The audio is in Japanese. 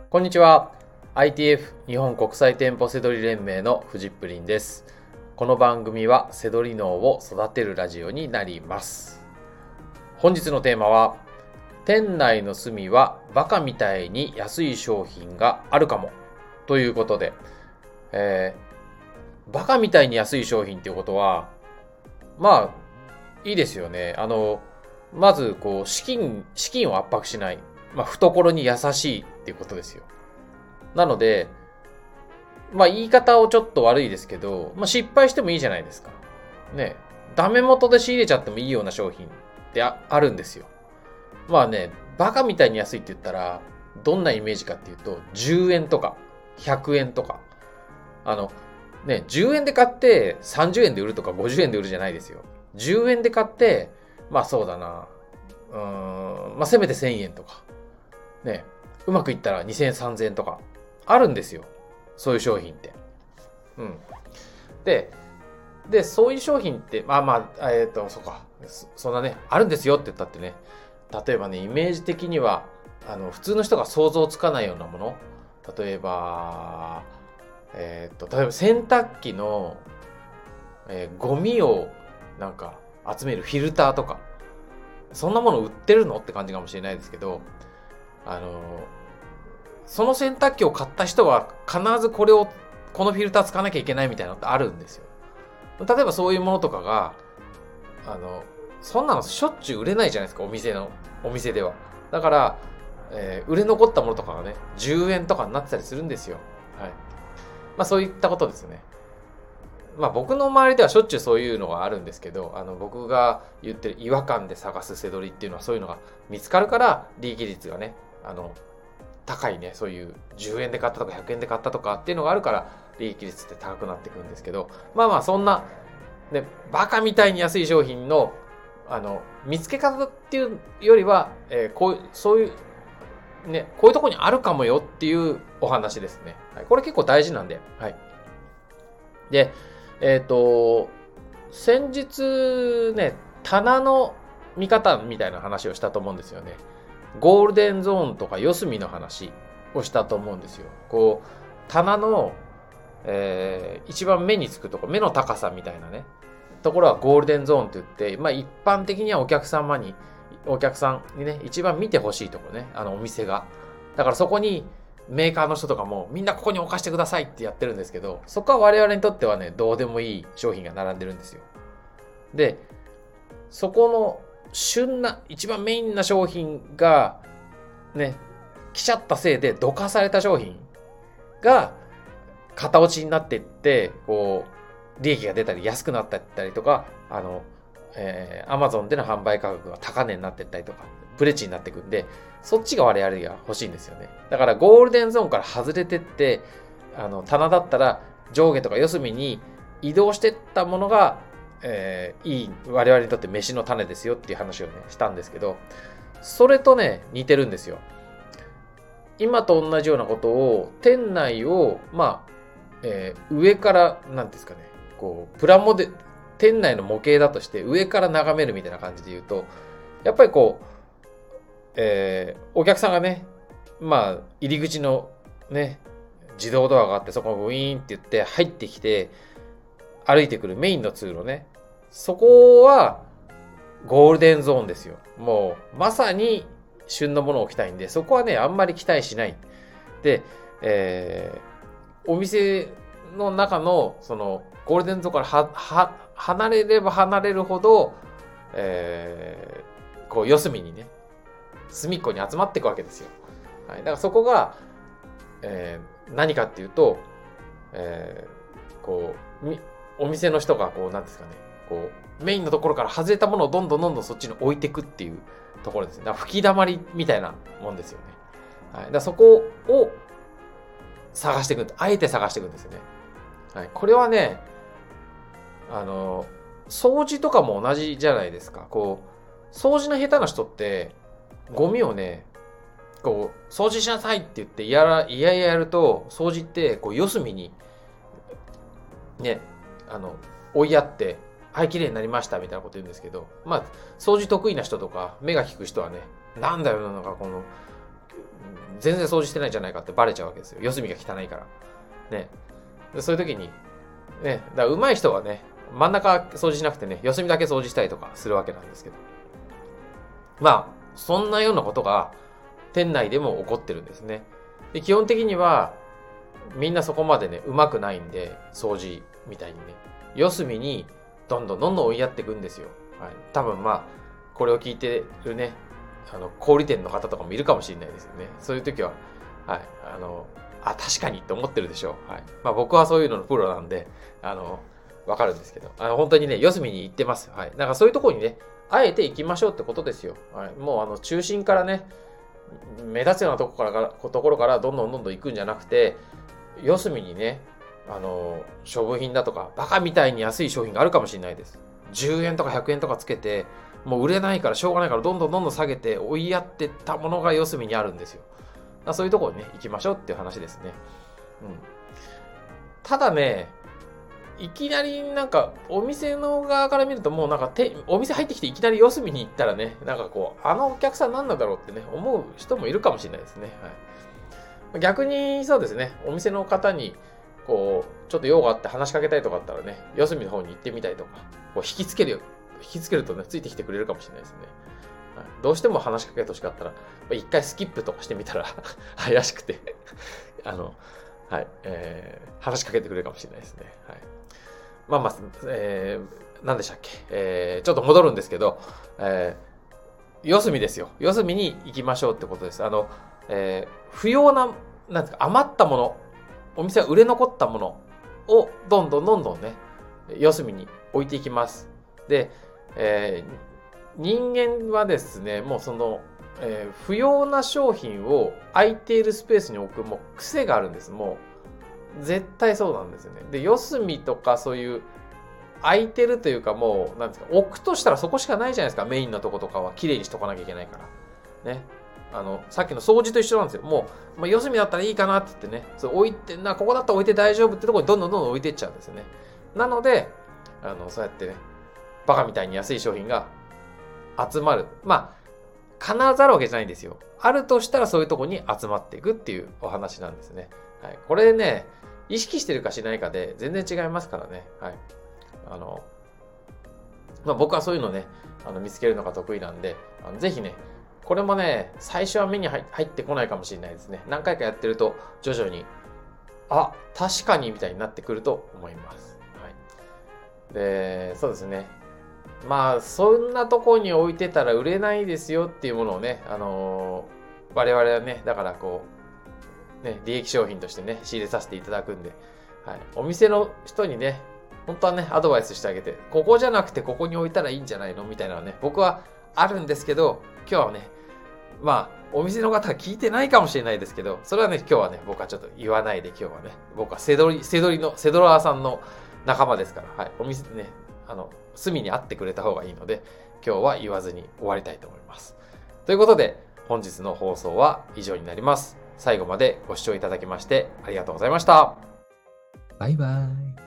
こんにちは。ITF 日本国際店舗セドリ連盟のフジップリンです。この番組はセドリ脳を育てるラジオになります。本日のテーマは、店内の隅はバカみたいに安い商品があるかもということで、バカみたいに安い商品っていうことは、まあいいですよね。まず資金を圧迫しない、懐に優しいっていうことですよ。なので、言い方をちょっと悪いですけど、失敗してもいいじゃないですか。ね、ダメ元で仕入れちゃってもいいような商品ってあるんですよ。バカみたいに安いって言ったら、どんなイメージかっていうと、10円とか100円とか、10円で買って30円で売るとか50円で売るじゃないですよ。10円で買って、そうだな、せめて1000円とか、ね、うまくいったら2000円3000円とかあるんですよ。そういう商品って。で、そういう商品って、そうか、そんなね、あるんですよって言ったってね、例えばね、イメージ的には、普通の人が想像つかないようなもの、例えば洗濯機の、ゴミを集めるフィルターとか、そんなもの売ってるのって感じかもしれないですけど、その洗濯機を買った人は必ずこのフィルター使わなきゃいけないみたいなのってあるんですよ。例えばそういうものとかが、そんなのしょっちゅう売れないじゃないですか、お店では。だから、売れ残ったものとかがね、10円とかになってたりするんですよ。はい。そういったことですね。僕の周りではしょっちゅうそういうのがあるんですけど、僕が言ってる違和感で探すセドリっていうのはそういうのが見つかるから利益率がね、高いね、そういう10円で買ったとか100円で買ったとかっていうのがあるから利益率って高くなってくるんですけど、そんな、ね、バカみたいに安い商品の、見つけ方っていうよりは、そういう、ね、こういうところにあるかもよっていうお話ですね。はい、これ結構大事なんで。はい。で、先日ね、棚の見方みたいな話をしたと思うんですよね。ゴールデンゾーンとか四隅の話をしたと思うんですよ。棚の、一番目につくところ、目の高さみたいなね、ところはゴールデンゾーンって言って、一般的にはお客さんにね、一番見てほしいところね、お店が。だからそこにメーカーの人とかもみんなここに置かしてくださいってやってるんですけど、そこは我々にとってはね、どうでもいい商品が並んでるんですよ。で、そこの一番メインな商品がね、来ちゃったせいでどかされた商品が型落ちになっていって、利益が出たり安くなったりとか、Amazon での販売価格が高値になっていったりとか、プレチになっていくんで、そっちが我々が欲しいんですよね。だからゴールデンゾーンから外れてって、棚だったら上下とか四隅に移動していったものが、我々にとって飯の種ですよっていう話をね、したんですけど、それとね、似てるんですよ。今と同じようなことを、店内を、上から、なんですかね、プラモデル、店内の模型だとして上から眺めるみたいな感じで言うと、やっぱりお客さんがね、入り口のね、自動ドアがあって、そこをウィーンって言って入ってきて、歩いてくるメインの通路ね。そこはゴールデンゾーンですよ。もうまさに旬のものを置きたいんで、そこはね、あんまり期待しない。で、お店の中のそのゴールデンゾーンから離れれば離れるほど、四隅にね、隅っこに集まっていくわけですよ。はい、だからそこが、何かっていうと、お店の人がなんですかね、メインのところから外れたものをどんどんそっちに置いていくっていうところですね。だから吹き溜まりみたいなもんですよね。はい、だからそこを探していく、あえて探していくんですよね。はい、これはね、掃除とかも同じじゃないですか。掃除の下手な人って、ゴミをね、掃除しなさいって言っていややると、掃除って四隅にね、追いやって、はい、綺麗になりましたみたいなこと言うんですけど、掃除得意な人とか、目が利く人はね、なんだよ、 全然掃除してないんじゃないかってバレちゃうわけですよ。四隅が汚いから。ね。でそういう時に、ね、だから上手い人はね、真ん中掃除しなくてね、四隅だけ掃除したりとかするわけなんですけど。まあ、そんなようなことが店内でも起こってるんですね。で基本的には、みんなそこまでね、上手くないんで、掃除みたいにね、四隅にどんどん追いやっていくんですよ。はい。多分まあ、これを聞いてるね、小売店の方とかもいるかもしれないですよね。そういう時は、はい。確かにって思ってるでしょう。はい。まあ僕はそういうののプロなんで、わかるんですけど、本当にね、四隅に行ってます。はい。だからそういうところにね、あえて行きましょうってことですよ。はい。もう中心からね、目立つようなところからどんどん行くんじゃなくて、四隅にね、処分品だとか、バカみたいに安い商品があるかもしれないです。10円とか100円とかつけて、もう売れないからしょうがないからどんどん下げて追いやってったものが四隅にあるんですよ。そういうところにね、行きましょうっていう話ですね。うん。ただね、いきなりなんかお店の側から見るともうなんかお店入ってきていきなり四隅に行ったらね、なんかこう、お客さん何なんだろうってね、思う人もいるかもしれないですね。はい。逆にそうですね、お店の方にこう、ちょっと用があって話しかけたいとかあったらね、四隅の方に行ってみたりとか、こう引きつけるとね、ついてきてくれるかもしれないですね。はい、どうしても話しかけてほしかったら、一回スキップとかしてみたら怪しくてはい、話しかけてくれるかもしれないですね。はい。まあまあ、何でしたっけ、ちょっと戻るんですけど、四隅ですよ。四隅に行きましょうってことです。不要な、なんですか、余ったもの、お店は売れ残ったものをどんどんね、四隅に置いていきます。で、人間はですね、もうその、不要な商品を空いているスペースに置く、もう癖があるんです。もう、絶対そうなんですよね。で、四隅とかそういう、空いてるというかもう、なんですか、置くとしたらそこしかないじゃないですか。メインのとことかは綺麗にしとかなきゃいけないから。ね。さっきの掃除と一緒なんですよ。もう、四隅だったらいいかなって言ってね、そう置いて、ここだったら置いて大丈夫ってところにどんどん置いていっちゃうんですよね。なので、そうやってね、バカみたいに安い商品が集まる。まあ、必ずあるわけじゃないんですよ。あるとしたらそういうところに集まっていくっていうお話なんですね。はい。これね、意識してるかしないかで全然違いますからね。はい。僕はそういうのね、見つけるのが得意なんで、ぜひね、これもね、最初は目に入ってこないかもしれないですね。何回かやってると、徐々に、確かにみたいになってくると思います。はい。で、そうですね。まあ、そんなとこに置いてたら売れないですよっていうものをね、我々はね、だからこう、ね、利益商品としてね、仕入れさせていただくんで、はい。お店の人にね、本当はね、アドバイスしてあげて、ここじゃなくてここに置いたらいいんじゃないのみたいなのはね、僕はあるんですけど、今日はね、まあ、お店の方は聞いてないかもしれないですけど、それはね、今日はね、僕はちょっと言わないで、今日はね、僕はセドラーさんの仲間ですから、はい。お店ね、隅にあってくれた方がいいので、今日は言わずに終わりたいと思います。ということで、本日の放送は以上になります。最後までご視聴いただきましてありがとうございました。 バイバイ。